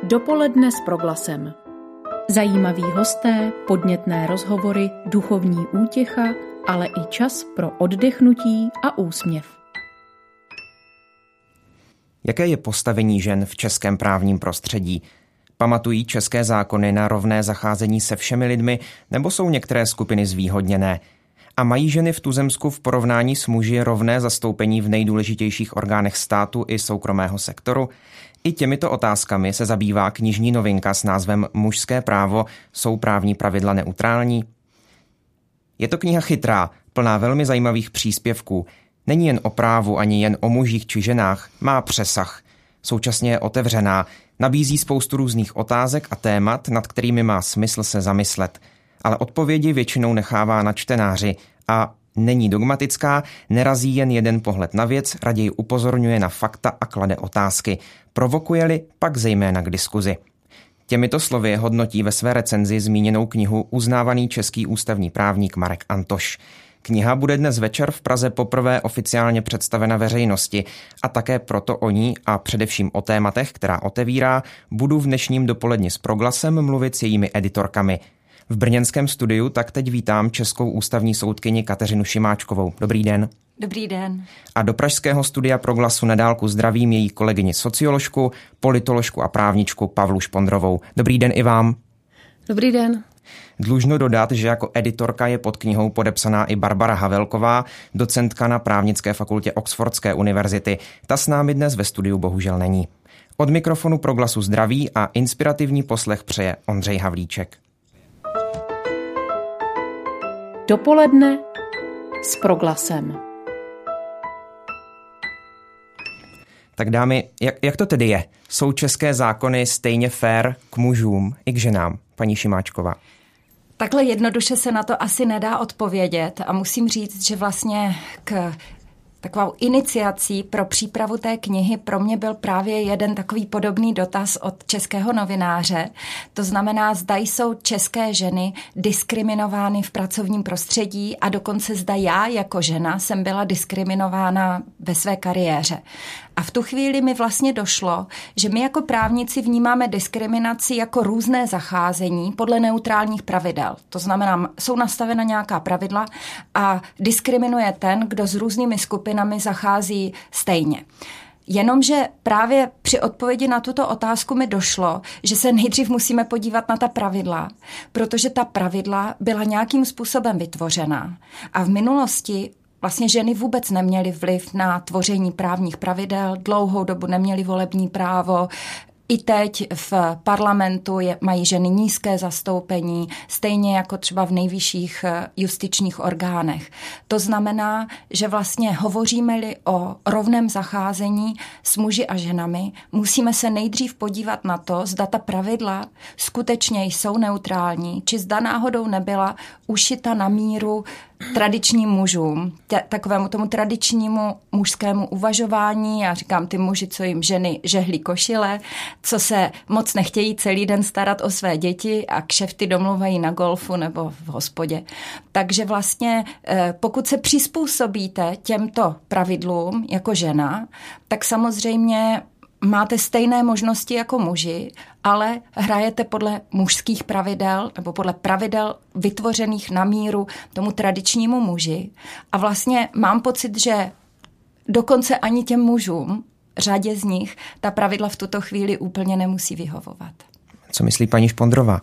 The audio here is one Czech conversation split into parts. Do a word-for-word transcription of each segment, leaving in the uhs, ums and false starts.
Dopoledne s Proglasem. Zajímaví hosté, podnětné rozhovory, duchovní útěcha, ale i čas pro oddechnutí a úsměv. Jaké je postavení žen v českém právním prostředí? Pamatují české zákony na rovné zacházení se všemi lidmi, nebo jsou některé skupiny zvýhodněné? A mají ženy v tuzemsku v porovnání s muži rovné zastoupení v nejdůležitějších orgánech státu i soukromého sektoru? I těmito otázkami se zabývá knižní novinka s názvem Mužské právo, jsou právní pravidla neutrální? Je to kniha chytrá, plná velmi zajímavých příspěvků. Není jen o právu ani jen o mužích či ženách, má přesah. Současně je otevřená, nabízí spoustu různých otázek a témat, nad kterými má smysl se zamyslet. Ale odpovědi většinou nechává na čtenáři a není dogmatická, nerazí jen jeden pohled na věc, raději upozorňuje na fakta a klade otázky. Provokuje-li, pak zejména k diskuzi. Těmito slovy hodnotí ve své recenzi zmíněnou knihu uznávaný český ústavní právník Marek Antoš. Kniha bude dnes večer v Praze poprvé oficiálně představena veřejnosti a také proto o ní a především o tématech, která otevírá, budu v dnešním dopoledni s Proglasem mluvit s jejími editorkami. V brněnském studiu tak teď vítám českou ústavní soudkyni Kateřinu Šimáčkovou. Dobrý den. Dobrý den. A do pražského studia Proglasu na dálku zdravím její kolegyni socioložku, politoložku a právničku Pavlu Špondrovou. Dobrý den i vám. Dobrý den. Dlužno dodat, že jako editorka je pod knihou podepsaná i Barbara Havelková, docentka na právnické fakultě Oxfordské univerzity. Ta s námi dnes ve studiu bohužel není. Od mikrofonu Proglasu zdraví a inspirativní poslech přeje Ondřej Havlíček. Dopoledne s Proglasem. Tak dámy, jak, jak to tedy je? Jsou české zákony stejně fair k mužům i k ženám, paní Šimáčková? Takhle jednoduše se na to asi nedá odpovědět a musím říct, že vlastně k takovou iniciací pro přípravu té knihy pro mě byl právě jeden takový podobný dotaz od českého novináře. To znamená, zda jsou české ženy diskriminovány v pracovním prostředí a dokonce zda já jako žena jsem byla diskriminována ve své kariéře. A v tu chvíli mi vlastně došlo, že my jako právníci vnímáme diskriminaci jako různé zacházení podle neutrálních pravidel. To znamená, jsou nastavena nějaká pravidla a diskriminuje ten, kdo s různými skupinami zachází stejně. Jenomže právě při odpovědi na tuto otázku mi došlo, že se nejdřív musíme podívat na ta pravidla, protože ta pravidla byla nějakým způsobem vytvořena a v minulosti vlastně ženy vůbec neměly vliv na tvoření právních pravidel, dlouhou dobu neměly volební právo. I teď v parlamentu je, mají ženy nízké zastoupení, stejně jako třeba v nejvyšších justičních orgánech. To znamená, že vlastně hovoříme-li o rovném zacházení s muži a ženami, musíme se nejdřív podívat na to, zda ta pravidla skutečně jsou neutrální, či zda náhodou nebyla ušita na míru tradičním mužům, tě, takovému tomu tradičnímu mužskému uvažování. Já říkám, ty muži, co jim ženy žehlí košile, co se moc nechtějí celý den starat o své děti a kšefty domluvají na golfu nebo v hospodě. Takže vlastně pokud se přizpůsobíte těmto pravidlům jako žena, tak samozřejmě máte stejné možnosti jako muži, ale hrajete podle mužských pravidel nebo podle pravidel vytvořených na míru tomu tradičnímu muži. A vlastně mám pocit, že dokonce ani těm mužům, řadě z nich, ta pravidla v tuto chvíli úplně nemusí vyhovovat. Co myslí paní Špondrová?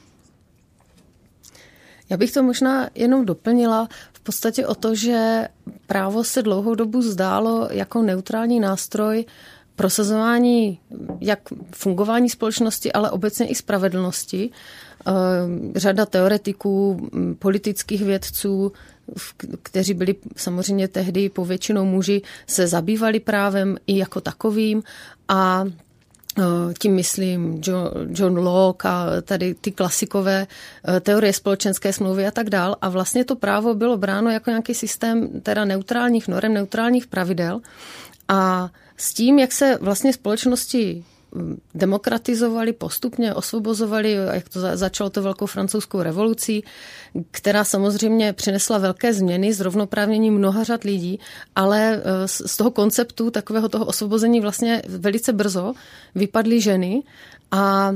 Já bych to možná jenom doplnila v podstatě o to, že právo se dlouhou dobu zdálo jako neutrální nástroj prosazování jak fungování společnosti, ale obecně i spravedlnosti. Řada teoretiků, politických vědců, kteří byli samozřejmě tehdy povětšinou muži, se zabývali právem i jako takovým a tím myslím John Locke a tady ty klasikové teorie společenské smlouvy a tak dál. A vlastně to právo bylo bráno jako nějaký systém teda neutrálních norem, neutrálních pravidel. A s tím, jak se vlastně společnosti demokratizovali, postupně osvobozovali, jak to začalo to velkou francouzskou revolucí, která samozřejmě přinesla velké změny, zrovnoprávnění mnoha řad lidí, ale z toho konceptu takového toho osvobození vlastně velice brzo vypadly ženy a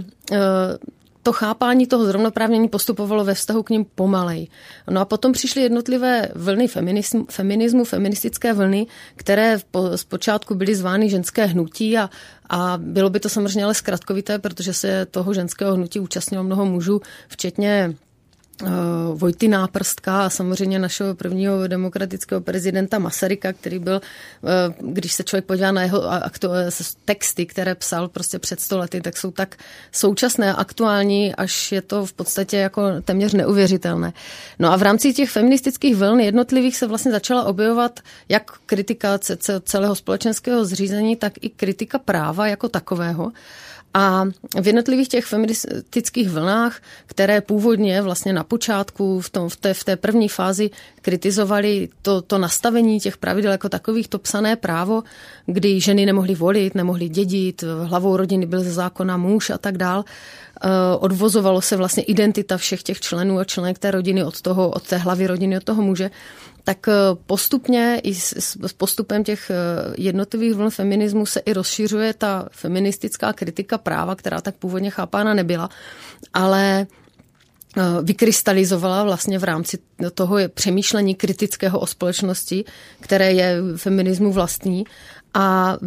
to chápání toho zrovnoprávnění postupovalo ve vztahu k nim pomalej. No a potom přišly jednotlivé vlny feminismu, feminismu feministické vlny, které zpočátku byly zvány ženské hnutí a, a bylo by to samozřejmě ale zkratkovité, protože se toho ženského hnutí účastnilo mnoho mužů, včetně Vojty Náprstka a samozřejmě našeho prvního demokratického prezidenta Masaryka, který byl, když se člověk podívá na jeho texty, které psal prostě před sto lety, tak jsou tak současné a aktuální, až je to v podstatě jako téměř neuvěřitelné. No a v rámci těch feministických vln jednotlivých se vlastně začala objevovat jak kritika celého společenského zřízení, tak i kritika práva jako takového. A v jednotlivých těch feministických vlnách, které původně vlastně na počátku v, tom, v, té, v té první fázi kritizovali to, to nastavení těch pravidel jako takových, to psané právo, kdy ženy nemohly volit, nemohly dědit, hlavou rodiny byl ze zákona muž a tak dál, odvozovalo se vlastně identita všech těch členů a členek té rodiny od toho, od té hlavy rodiny, od toho muže, tak postupně i s postupem těch jednotlivých vln feminismu se i rozšiřuje ta feministická kritika práva, která tak původně chápána nebyla, ale vykrystalizovala vlastně v rámci toho přemýšlení kritického o společnosti, které je feminismu vlastní, a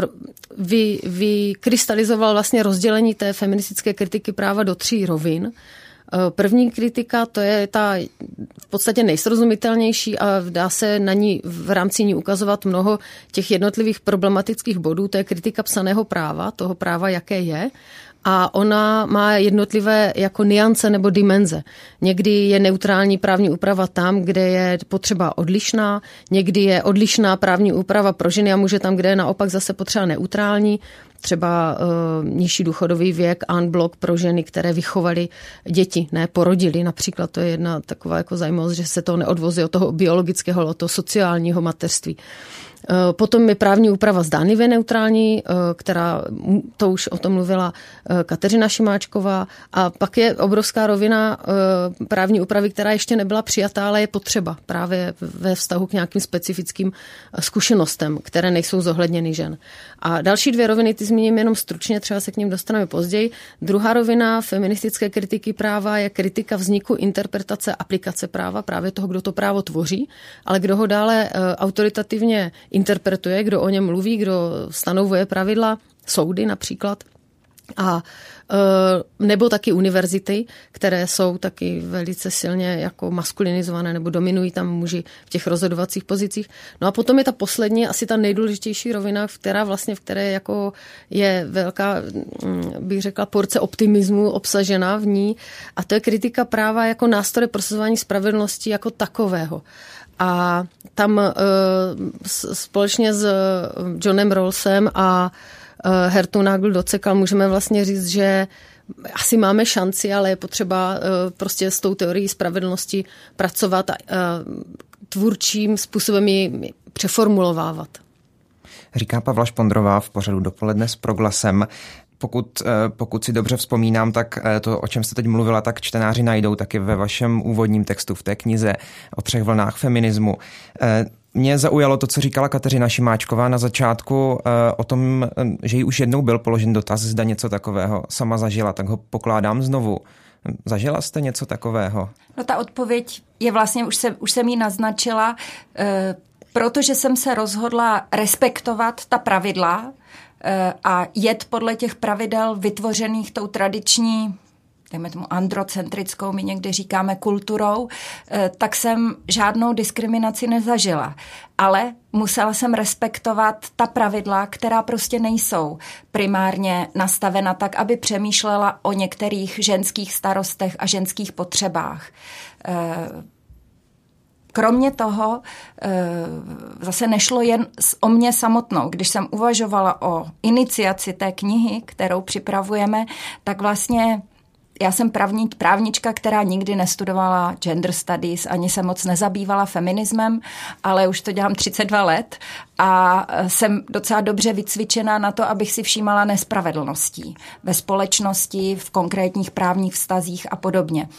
vy, vykrystalizoval vlastně rozdělení té feministické kritiky práva do tří rovin. První kritika, to je ta v podstatě nejsrozumitelnější a dá se na ní v rámci ní ukazovat mnoho těch jednotlivých problematických bodů. To je kritika psaného práva, toho práva, jaké je. A ona má jednotlivé jako nuance nebo dimenze. Někdy je neutrální právní úprava tam, kde je potřeba odlišná, někdy je odlišná právní úprava pro ženy a muže tam, kde je naopak zase potřeba neutrální. Třeba uh, nižší důchodový věk, en bloc pro ženy, které vychovaly děti, ne porodily. Například to je jedna taková jako zajímavost, že se to neodvozí od toho biologického, od toho sociálního mateřství. Potom je právní úprava zdánlivě neutrální, která, to už o tom mluvila Kateřina Šimáčková, a pak je obrovská rovina právní úpravy, která ještě nebyla přijatá, ale je potřeba právě ve vztahu k nějakým specifickým zkušenostem, které nejsou zohledněny žen. A další dvě roviny, ty zmíním jenom stručně, třeba se k ním dostaneme později. Druhá rovina feministické kritiky práva je kritika vzniku, interpretace, aplikace práva, právě toho, kdo to právo tvoří, ale kdo ho dále autoritativně interpretuje, kdo o něm mluví, kdo stanovuje pravidla, soudy například, a nebo taky univerzity, které jsou taky velice silně jako maskulinizované nebo dominují tam muži v těch rozhodovacích pozicích. No a potom je ta poslední, asi ta nejdůležitější rovina, která vlastně, v které jako je velká, bych řekla, porce optimismu obsažena v ní, a to je kritika práva jako nástroje prosazování spravedlnosti jako takového. A tam e, společně s Johnem Rawlsem a e, Hertou Nagl-Docekal můžeme vlastně říct, že asi máme šanci, ale je potřeba e, prostě s tou teorií spravedlnosti pracovat a e, tvůrčím způsobem ji přeformulovávat. Říká Pavla Špondrová v pořadu Dopoledne s Proglasem. Pokud, pokud si dobře vzpomínám, tak to, o čem jste teď mluvila, tak čtenáři najdou taky ve vašem úvodním textu v té knize o třech vlnách feminismu. Mě zaujalo to, co říkala Kateřina Šimáčková na začátku o tom, že jí už jednou byl položen dotaz, zda něco takového sama zažila, tak ho pokládám znovu. Zažila jste něco takového? No ta odpověď je vlastně, už, se, už jsem ji naznačila, e, protože jsem se rozhodla respektovat ta pravidla a jet podle těch pravidel vytvořených tou tradiční, dejme tomu androcentrickou, my někdy říkáme kulturou, tak jsem žádnou diskriminaci nezažila. Ale musela jsem respektovat ta pravidla, která prostě nejsou primárně nastavena tak, aby přemýšlela o některých ženských starostech a ženských potřebách. Kromě toho zase nešlo jen o mě samotnou. Když jsem uvažovala o iniciaci té knihy, kterou připravujeme, tak vlastně já jsem právní, právnička, která nikdy nestudovala gender studies, ani se moc nezabývala feminismem, ale už to dělám třicet dva let a jsem docela dobře vycvičená na to, abych si všímala nespravedlností ve společnosti, v konkrétních právních vztazích a podobně.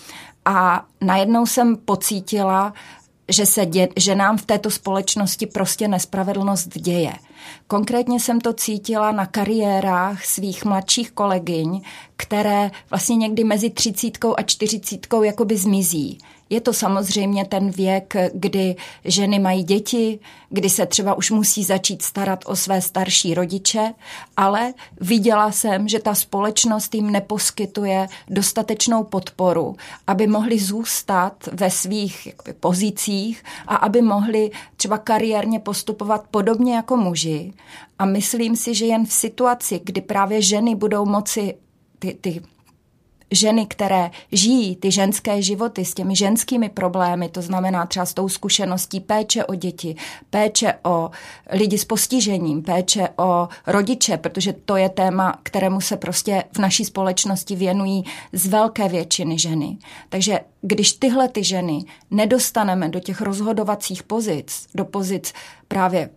A najednou jsem pocítila, že se dě, že nám v této společnosti prostě nespravedlnost děje. Konkrétně jsem to cítila na kariérách svých mladších kolegyň, které vlastně někdy mezi třicítkou a čtyřicítkou jakoby zmizí. Je to samozřejmě ten věk, kdy ženy mají děti, kdy se třeba už musí začít starat o své starší rodiče, ale viděla jsem, že ta společnost jim neposkytuje dostatečnou podporu, aby mohli zůstat ve svých jakoby, pozicích a aby mohli třeba kariérně postupovat podobně jako muži. A myslím si, že jen v situaci, kdy právě ženy budou moci ty, ty ženy, které žijí ty ženské životy s těmi ženskými problémy, to znamená třeba s tou zkušeností péče o děti, péče o lidi s postižením, péče o rodiče, protože to je téma, kterému se prostě v naší společnosti věnují z velké většiny ženy. Takže když tyhle ty ženy nedostaneme do těch rozhodovacích pozic, do pozic právě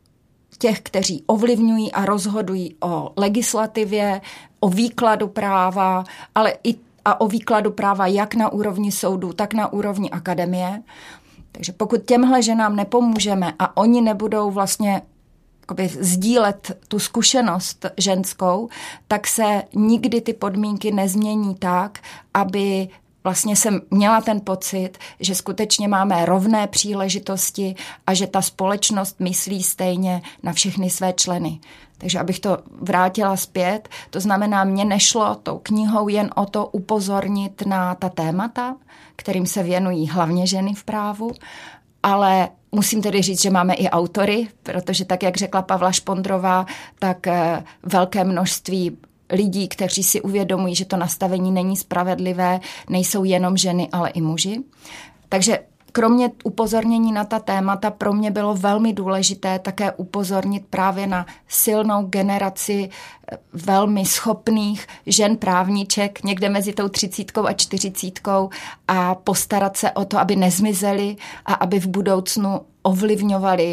těch, kteří ovlivňují a rozhodují o legislativě, o výkladu práva, ale i a o výkladu práva jak na úrovni soudu, tak na úrovni akademie. Takže pokud těmhle ženám nepomůžeme a oni nebudou vlastně jakoby sdílet tu zkušenost ženskou, tak se nikdy ty podmínky nezmění tak, aby vlastně jsem měla ten pocit, že skutečně máme rovné příležitosti a že ta společnost myslí stejně na všechny své členy. Takže abych to vrátila zpět, to znamená, mně nešlo tou knihou jen o to upozornit na ta témata, kterým se věnují hlavně ženy v právu, ale musím tedy říct, že máme i autory, protože tak, jak řekla Pavla Špondrová, tak velké množství lidí, kteří si uvědomují, že to nastavení není spravedlivé, nejsou jenom ženy, ale i muži. Takže kromě upozornění na ta témata pro mě bylo velmi důležité také upozornit právě na silnou generaci velmi schopných žen právníček někde mezi tou třicítkou a čtyřicítkou a postarat se o to, aby nezmizely a aby v budoucnu ovlivňovali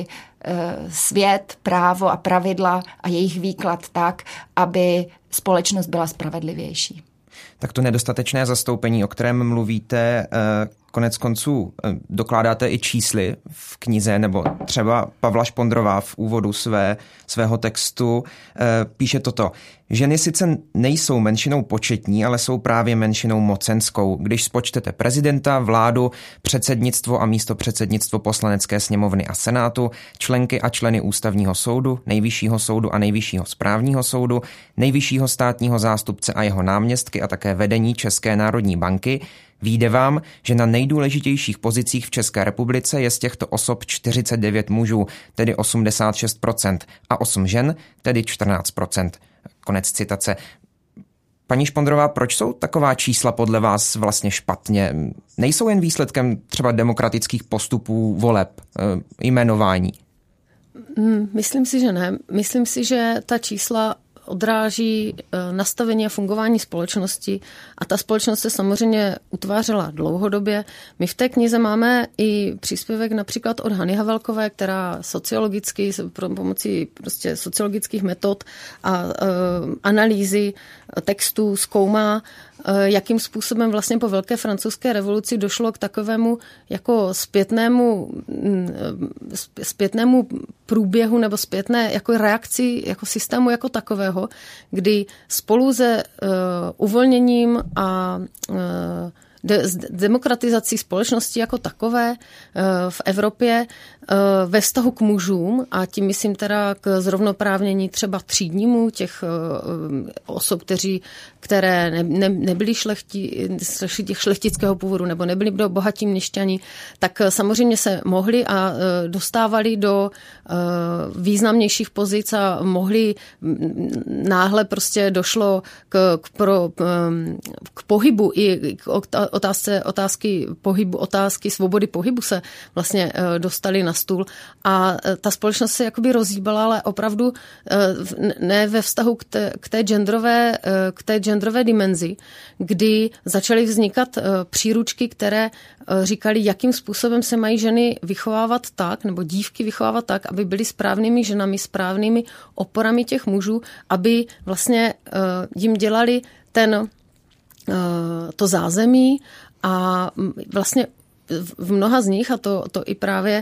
svět, právo a pravidla a jejich výklad tak, aby společnost byla spravedlivější. Tak to nedostatečné zastoupení, o kterém mluvíte, konec konců dokládáte i čísly v knize, nebo třeba Pavla Špondrová v úvodu své, svého textu píše toto. Ženy sice nejsou menšinou početní, ale jsou právě menšinou mocenskou. Když spočtete prezidenta, vládu, předsednictvo a místopředsednictvo Poslanecké sněmovny a Senátu, členky a členy Ústavního soudu, Nejvyššího soudu a Nejvyššího správního soudu, Nejvyššího státního zástupce a jeho náměstky a také vedení České národní banky, vyjde vám, že na nejdůležitějších pozicích v České republice je z těchto osob čtyřicet devět mužů, tedy osmdesát šest procent, a osm žen, tedy čtrnáct procent. Konec citace. Paní Špondrová, proč jsou taková čísla podle vás vlastně špatně? Nejsou jen výsledkem třeba demokratických postupů voleb, jmenování? Myslím si, že ne. Myslím si, že ta čísla odráží nastavení a fungování společnosti a ta společnost se samozřejmě utvářela dlouhodobě. My v té knize máme i příspěvek například od Hany Havelkové, která sociologicky, pomocí prostě sociologických metod a e, analýzy textů zkoumá, e, jakým způsobem vlastně po Velké francouzské revoluci došlo k takovému jako zpětnému, zpětnému průběhu nebo zpětné jako reakci jako systému jako takového, kdy spolu se uh, uvolněním a uh, de- demokratizací společnosti jako takové uh, v Evropě uh, ve vztahu k mužům, a tím myslím teda k zrovnoprávnění třeba třídnímu těch uh, osob, kteří, které ne, ne, nebyly šlechti, šlechtického původu nebo nebyli bohatí měšťani, tak samozřejmě se mohli a uh, dostávali do uh, významnějších pozic a mohli náhle prostě došlo k, k, pro, k pohybu i k, otázce, otázky pohybu, otázky svobody pohybu se vlastně dostaly na stůl a ta společnost se jakoby rozhýbala, ale opravdu ne ve vztahu k té, k té genderové, k té genderové dimenzi, kdy začaly vznikat příručky, které říkali, jakým způsobem se mají ženy vychovávat tak, nebo dívky vychovávat tak, aby byly správnými ženami, správnými oporami těch mužů, aby vlastně jim dělali ten, to zázemí a vlastně v mnoha z nich, a to, to i právě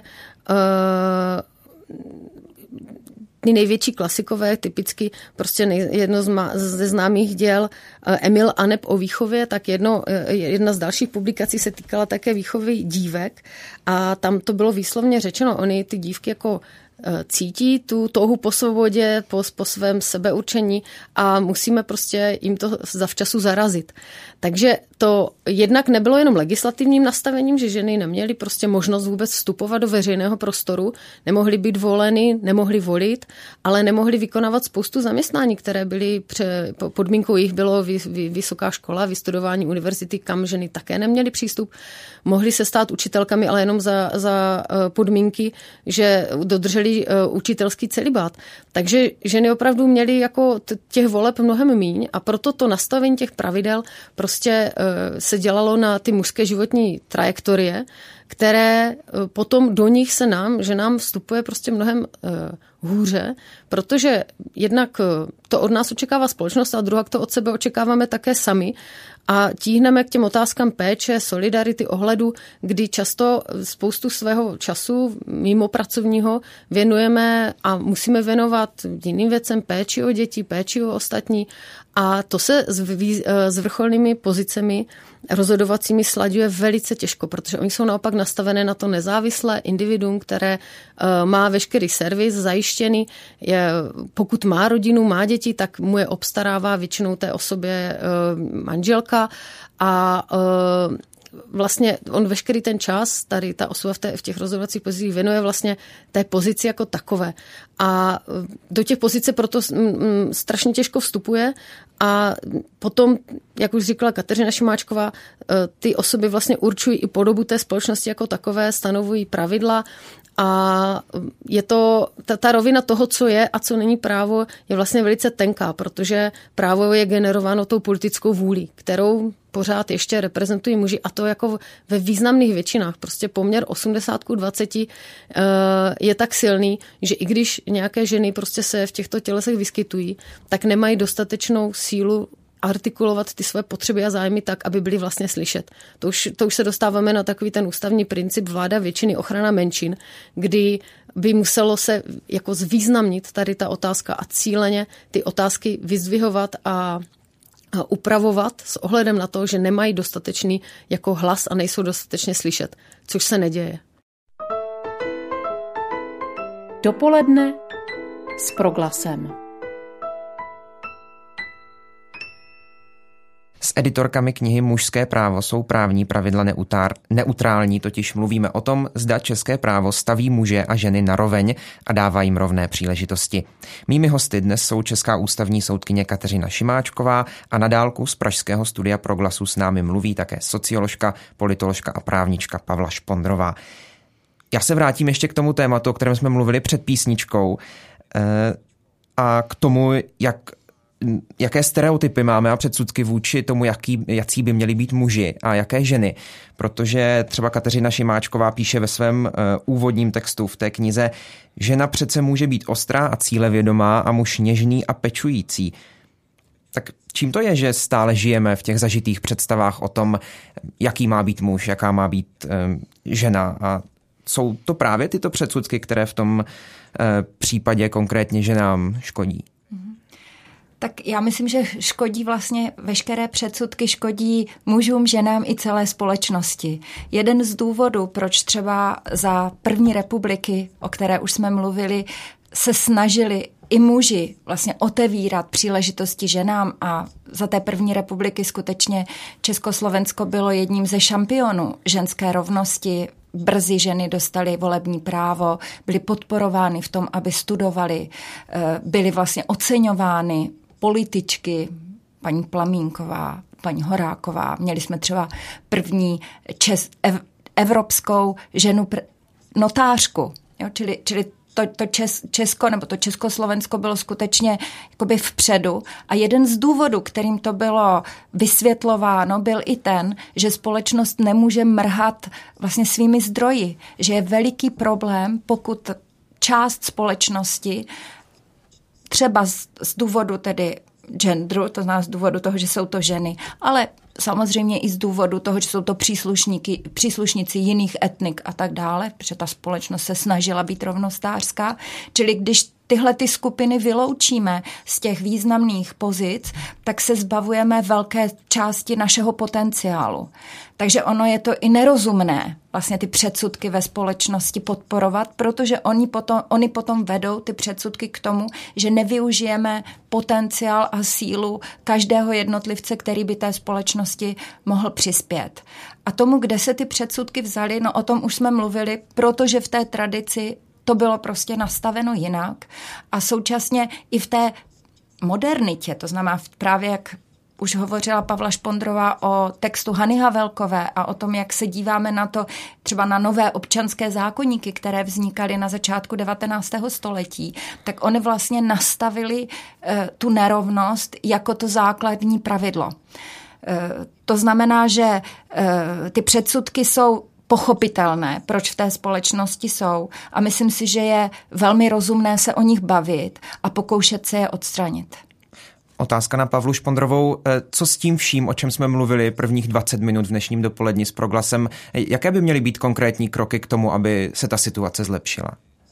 ty největší klasikové, typicky prostě nej, jedno z má, ze známých děl Emil Aneb o výchově, tak jedno, jedna z dalších publikací se týkala také výchovy dívek a tam to bylo výslovně řečeno, oni ty dívky jako cítí tu touhu po svobodě, po, po svém sebeurčení a musíme prostě jim to zavčasu zarazit. Takže to jednak nebylo jenom legislativním nastavením, že ženy neměly prostě možnost vůbec vstupovat do veřejného prostoru, nemohly být voleny, nemohly volit, ale nemohly vykonávat spoustu zaměstnání, které byly pře, podmínkou jich bylo vy, vy, vysoká škola, vystudování univerzity, kam ženy také neměly přístup. Mohly se stát učitelkami, ale jenom za, za podmínky, že dodrželi učitelský celibát. Takže ženy opravdu měly jako těch voleb mnohem míň a proto to nastavení těch pravidel prostě se dělalo na ty mužské životní trajektorie, které potom do nich se nám, že nám vstupuje prostě mnohem hůře, protože jednak to od nás očekává společnost a druhá to od sebe očekáváme také sami a tíhneme k těm otázkám péče, solidarity, ohledu, kdy často spoustu svého času mimo pracovního věnujeme a musíme věnovat jiným věcem, péči o děti, péči o ostatní a to se s, vý, s vrcholnými pozicemi rozhodovacími slaďuje velice těžko, protože oni jsou naopak nastavené na to nezávislé individuum, které uh, má veškerý servis zajištěný. Je, pokud má rodinu, má děti, tak mu je obstarává většinou té osobě uh, manželka a uh, vlastně on veškerý ten čas, tady ta osoba v, té, v těch rozhodovacích pozicích věnuje vlastně té pozici jako takové. A do těch pozice proto mm, strašně těžko vstupuje a potom, jak už říkala Kateřina Šimáčková, ty osoby vlastně určují i podobu té společnosti jako takové, stanovují pravidla a je to, ta, ta rovina toho, co je a co není právo, je vlastně velice tenká, protože právo je generováno tou politickou vůlí, kterou pořád ještě reprezentují muži a to jako ve významných většinách. Prostě poměr osmdesát ku dvaceti je tak silný, že i když nějaké ženy prostě se v těchto tělesech vyskytují, tak nemají dostatečnou sílu artikulovat ty své potřeby a zájmy tak, aby byly vlastně slyšet. To už, to už se dostáváme na takový ten ústavní princip vláda většiny, ochrana menšin, kdy by muselo se jako zvýznamnit tady ta otázka a cíleně ty otázky vyzdvihovat a upravovat s ohledem na to, že nemají dostatečný jako hlas a nejsou dostatečně slyšet, což se neděje. Dopoledne s Proglasem. S editorkami knihy Mužské právo jsou právní pravidla neutár, neutrální, totiž mluvíme o tom, zda české právo staví muže a ženy naroveň a dává jim rovné příležitosti. Mými hosty dnes jsou česká ústavní soudkyně Kateřina Šimáčková a na dálku z pražského studia Proglasu s námi mluví také socioložka, politoložka a právnička Pavla Špondrová. Já se vrátím ještě k tomu tématu, o kterém jsme mluvili před písničkou a k tomu, jak jaké stereotypy máme a předsudky vůči tomu, jaký, jací by měli být muži a jaké ženy. Protože třeba Kateřina Šimáčková píše ve svém uh, úvodním textu v té knize, žena přece může být ostrá a cílevědomá a muž něžný a pečující. Tak čím to je, že stále žijeme v těch zažitých představách o tom, jaký má být muž, jaká má být uh, žena a jsou to právě tyto předsudky, které v tom uh, případě konkrétně ženám škodí? Tak já myslím, že škodí vlastně veškeré předsudky, škodí mužům, ženám i celé společnosti. Jeden z důvodů, proč třeba za první republiky, o které už jsme mluvili, se snažili i muži vlastně otevírat příležitosti ženám a za té první republiky skutečně Československo bylo jedním ze šampionů ženské rovnosti. Brzy ženy dostaly volební právo, byly podporovány v tom, aby studovali, byly vlastně oceňovány političky, paní Plamínková, paní Horáková, měli jsme třeba první čes, ev, evropskou ženu pr- notářku, jo, čili, čili to, to Čes, Česko nebo to Československo bylo skutečně jakoby vpředu a jeden z důvodů, kterým to bylo vysvětlováno, byl i ten, že společnost nemůže mrhat vlastně svými zdroji, že je veliký problém, pokud část společnosti třeba z, z důvodu tedy genderu, to znamená z důvodu toho, že jsou to ženy, ale samozřejmě i z důvodu toho, že jsou to příslušníky, příslušníci jiných etnik a tak dále, protože ta společnost se snažila být rovnostářská. Čili když tyhle ty skupiny vyloučíme z těch významných pozic, tak se zbavujeme velké části našeho potenciálu. Takže ono je to i nerozumné vlastně ty předsudky ve společnosti podporovat, protože oni potom, oni potom vedou ty předsudky k tomu, že nevyužijeme potenciál a sílu každého jednotlivce, který by té společnosti mohl přispět. A tomu, kde se ty předsudky vzaly, no o tom už jsme mluvili, protože v té tradici to bylo prostě nastaveno jinak a současně i v té modernitě, to znamená právě jak už hovořila Pavla Špondrová o textu Hany Havelkové a o tom, jak se díváme na to třeba na nové občanské zákoníky, které vznikaly na začátku devatenáctého století, tak oni vlastně nastavili e, tu nerovnost jako to základní pravidlo. E, to znamená, že e, ty předsudky jsou pochopitelné, proč v té společnosti jsou a myslím si, že je velmi rozumné se o nich bavit a pokoušet se je odstranit. Otázka na Pavlu Špondrovou. Co s tím vším, o čem jsme mluvili prvních dvacet minut v dnešním dopoledni s Proglasem, jaké by měly být konkrétní kroky k tomu, aby se ta situace zlepšila?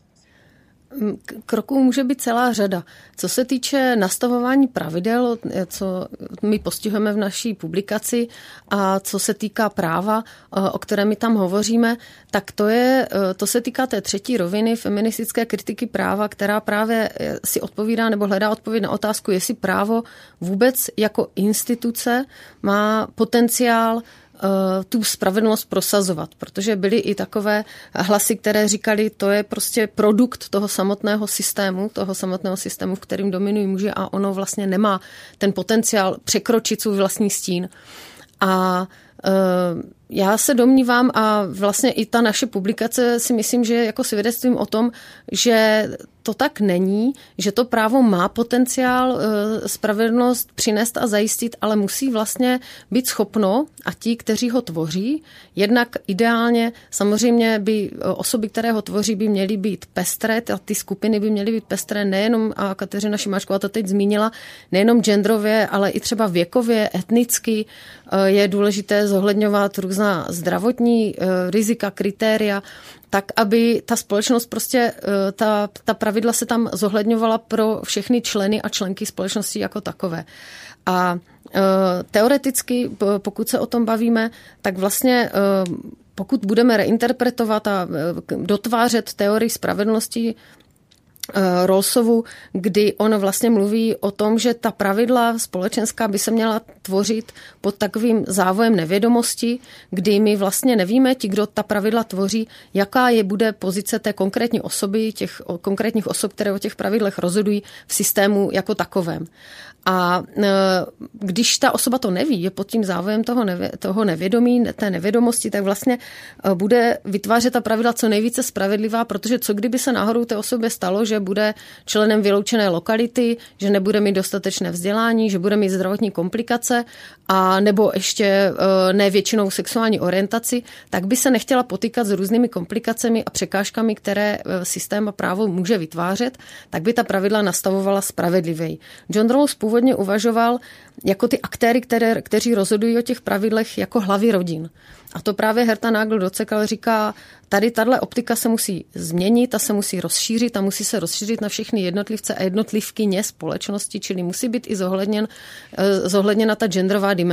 Kroků může být celá řada. Co se týče nastavování pravidel, co my postihujeme v naší publikaci a co se týká práva, o kterém my tam hovoříme, tak to, je, to se týká té třetí roviny feministické kritiky práva, která právě si odpovídá nebo hledá odpověď na otázku, jestli právo vůbec jako instituce má potenciál tu spravedlnost prosazovat, protože byly i takové hlasy, které říkali, to je prostě produkt toho samotného systému, toho samotného systému, v kterým dominují muži a ono vlastně nemá ten potenciál překročit svůj vlastní stín. A já se domnívám a vlastně i ta naše publikace si myslím, že je jako svědectvím o tom, že to tak není, že to právo má potenciál spravedlnost přinést a zajistit, ale musí vlastně být schopno a ti, kteří ho tvoří, jednak ideálně samozřejmě by osoby, které ho tvoří, by měly být pestré, a ty skupiny by měly být pestré nejenom, a Kateřina Šimáčková to teď zmínila, nejenom genderově, ale i třeba věkově, etnicky je důležité zohledňovat různá zdravotní rizika, kritéria, tak, aby ta společnost prostě, ta, ta pravidla se tam zohledňovala pro všechny členy a členky společnosti jako takové. A teoreticky, pokud se o tom bavíme, tak vlastně pokud budeme reinterpretovat a dotvářet teorii spravedlnosti Rawlsovu, kdy on vlastně mluví o tom, že ta pravidla společenská by se měla tvořit pod takovým závojem nevědomosti, kdy my vlastně nevíme, ti, kdo ta pravidla tvoří, jaká je bude pozice té konkrétní osoby, těch konkrétních osob, které o těch pravidlech rozhodují v systému jako takovém. A když ta osoba to neví, je pod tím závojem toho, nevě, toho nevědomí, té nevědomosti, tak vlastně bude vytvářet ta pravidla co nejvíce spravedlivá, protože co kdyby se náhodou té osobě stalo, že bude členem vyloučené lokality, že nebude mít dostatečné vzdělání, že bude mít zdravotní komplikace a nebo ještě ne většinou sexuální orientaci, tak by se nechtěla potýkat s různými komplikacemi a překážkami, které systém a právo může vytvářet, tak by ta pravidla nastavovala spravedlivěji. John Rawls původně uvažoval jako ty aktéry, které, kteří rozhodují o těch pravidlech jako hlavy rodin. A to právě Herta Nagel docekal, říká, tady tahle optika se musí změnit a se musí rozšířit a musí se rozšířit na všechny jednotlivce a jednotlivkyně společnosti, čili musí být i zohledněn, zohledněna ta genderová dimenze.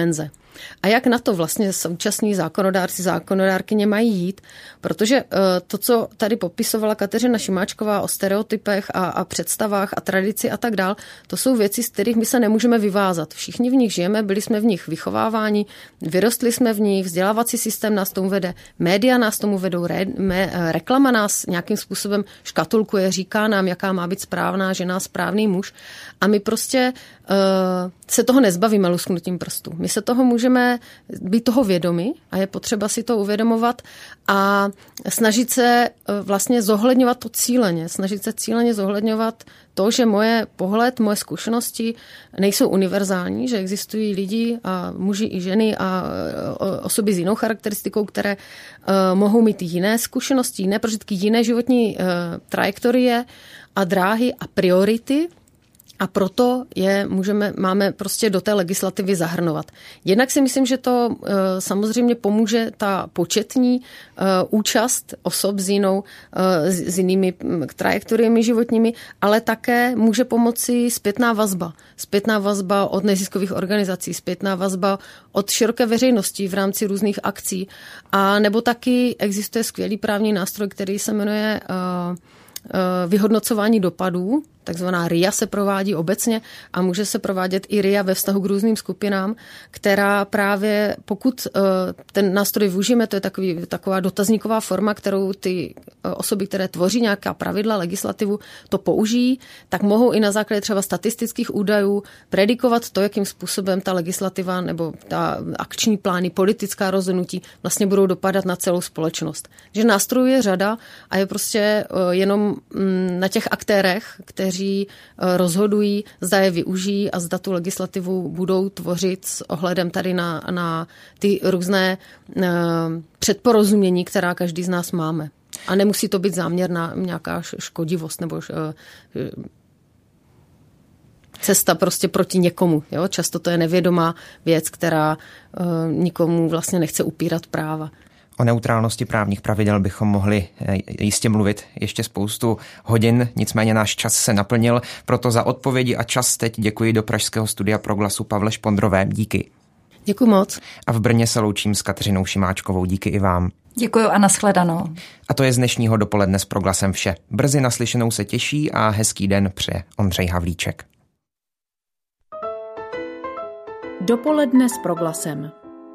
A jak na to vlastně současní zákonodárci, zákonodárkyně mají jít, protože to, co tady popisovala Kateřina Šimáčková o stereotypech a, a představách a tradici a tak dál, to jsou věci, z kterých my se nemůžeme vyvázat. Všichni v nich žijeme, byli jsme v nich vychováváni, vyrostli jsme v nich, vzdělávací systém nás tomu vede, média nás tomu vedou, re, me, reklama nás nějakým způsobem škatulkuje, říká nám, jaká má být správná žena, správný muž a my prostě uh, se toho nezbavíme lusknutím prstů. My se toho můžeme být toho vědomi a je potřeba si to uvědomovat a snažit se vlastně zohledňovat to cíleně. Snažit se cíleně zohledňovat to, že moje pohled, moje zkušenosti nejsou univerzální, že existují lidi a muži i ženy a osoby s jinou charakteristikou, které mohou mít jiné zkušenosti, jiné prožitky, jiné životní trajektorie a dráhy a priority. A proto je můžeme, máme prostě do té legislativy zahrnovat. Jednak si myslím, že to e, samozřejmě pomůže ta početní e, účast osob s, jinou, e, s, s jinými trajektoriemi životními, ale také může pomoci zpětná vazba. Zpětná vazba od neziskových organizací, zpětná vazba od široké veřejnosti v rámci různých akcí. A nebo taky existuje skvělý právní nástroj, který se jmenuje e, vyhodnocování dopadů, takzvaná R I A se provádí obecně a může se provádět i R I A ve vztahu k různým skupinám, která právě, pokud ten nástroj využijeme, to je takový, taková dotazníková forma, kterou ty osoby, které tvoří nějaká pravidla, legislativu, to použijí, tak mohou i na základě třeba statistických údajů predikovat to, jakým způsobem ta legislativa nebo ta akční plány, politická rozhodnutí vlastně budou dopadat na celou společnost. Že nástrojů je řada a je prostě jenom na těch aktérech, kteří rozhodují, zda je využijí a zda tu legislativu budou tvořit s ohledem tady na, na ty různé uh, předporozumění, která každý z nás máme. A nemusí to být záměrná nějaká škodivost nebo uh, cesta prostě proti někomu. Jo? Často to je nevědomá věc, která uh, nikomu vlastně nechce upírat práva. O neutrálnosti právních pravidel bychom mohli jistě mluvit ještě spoustu hodin, nicméně náš čas se naplnil, proto za odpovědi a čas teď děkuji do pražského studia Proglasu Pavle Špondrové. Díky. Děkuji moc. A v Brně se loučím s Kateřinou Šimáčkovou. Díky i vám. Děkuji a nashledanou. A to je z dnešního dopoledne s Proglasem vše. Brzy naslyšenou se těší a hezký den přeje Ondřej Havlíček. Dopoledne s Proglasem.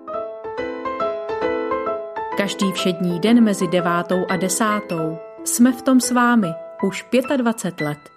Každý všední den mezi devátou a desátou jsme v tom s vámi už dvacet pět let.